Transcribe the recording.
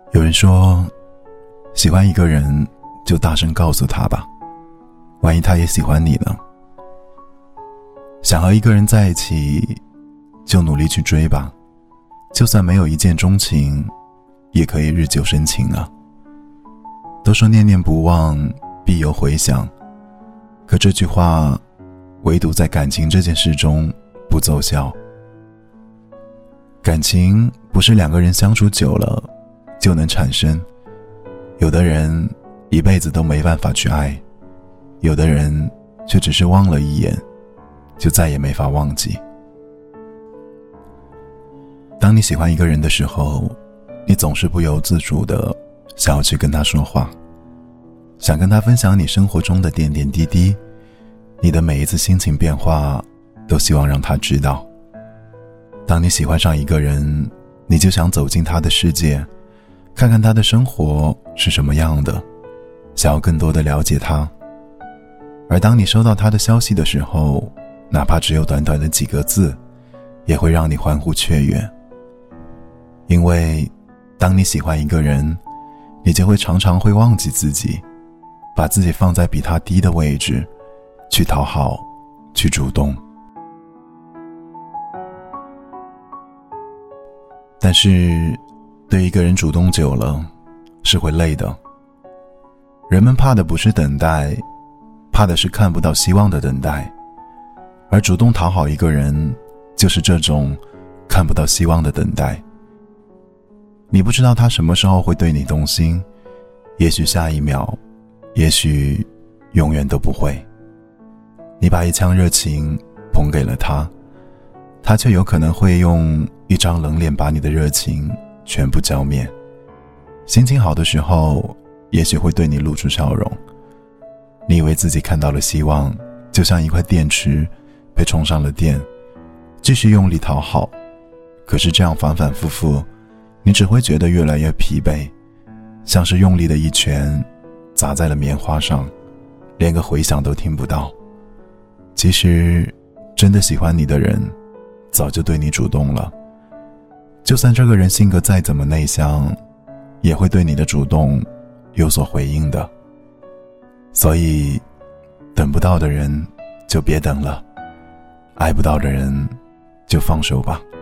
有人说，喜欢一个人就大声告诉他吧，万一他也喜欢你呢？想和一个人在一起，就努力去追吧，就算没有一见钟情，也可以日久生情啊。都说念念不忘，必有回响，可这句话唯独在感情这件事中不奏效。感情不是两个人相处久了就能产生，有的人一辈子都没办法去爱，有的人却只是望了一眼就再也没法忘记。当你喜欢一个人的时候，你总是不由自主的想要去跟他说话，想跟他分享你生活中的点点滴滴，你的每一次心情变化都希望让他知道。当你喜欢上一个人，你就想走进他的世界，看看他的生活是什么样的，想要更多的了解他。而当你收到他的消息的时候，哪怕只有短短的几个字，也会让你欢呼雀跃。因为当你喜欢一个人，你就会常常会忘记自己，把自己放在比他低的位置，去讨好，去主动。但是对一个人主动久了是会累的。人们怕的不是等待，怕的是看不到希望的等待，而主动讨好一个人就是这种看不到希望的等待。你不知道他什么时候会对你动心，也许下一秒，也许永远都不会。你把一腔热情捧给了他，他却有可能会用一张冷脸把你的热情全部浇灭。心情好的时候，也许会对你露出笑容。你以为自己看到了希望，就像一块电池被充上了电，继续用力讨好。可是这样反反复复，你只会觉得越来越疲惫，像是用力的一拳砸在了棉花上，连个回响都听不到。其实真的喜欢你的人早就对你主动了，就算这个人性格再怎么内向，也会对你的主动有所回应的。所以等不到的人就别等了，爱不到的人就放手吧。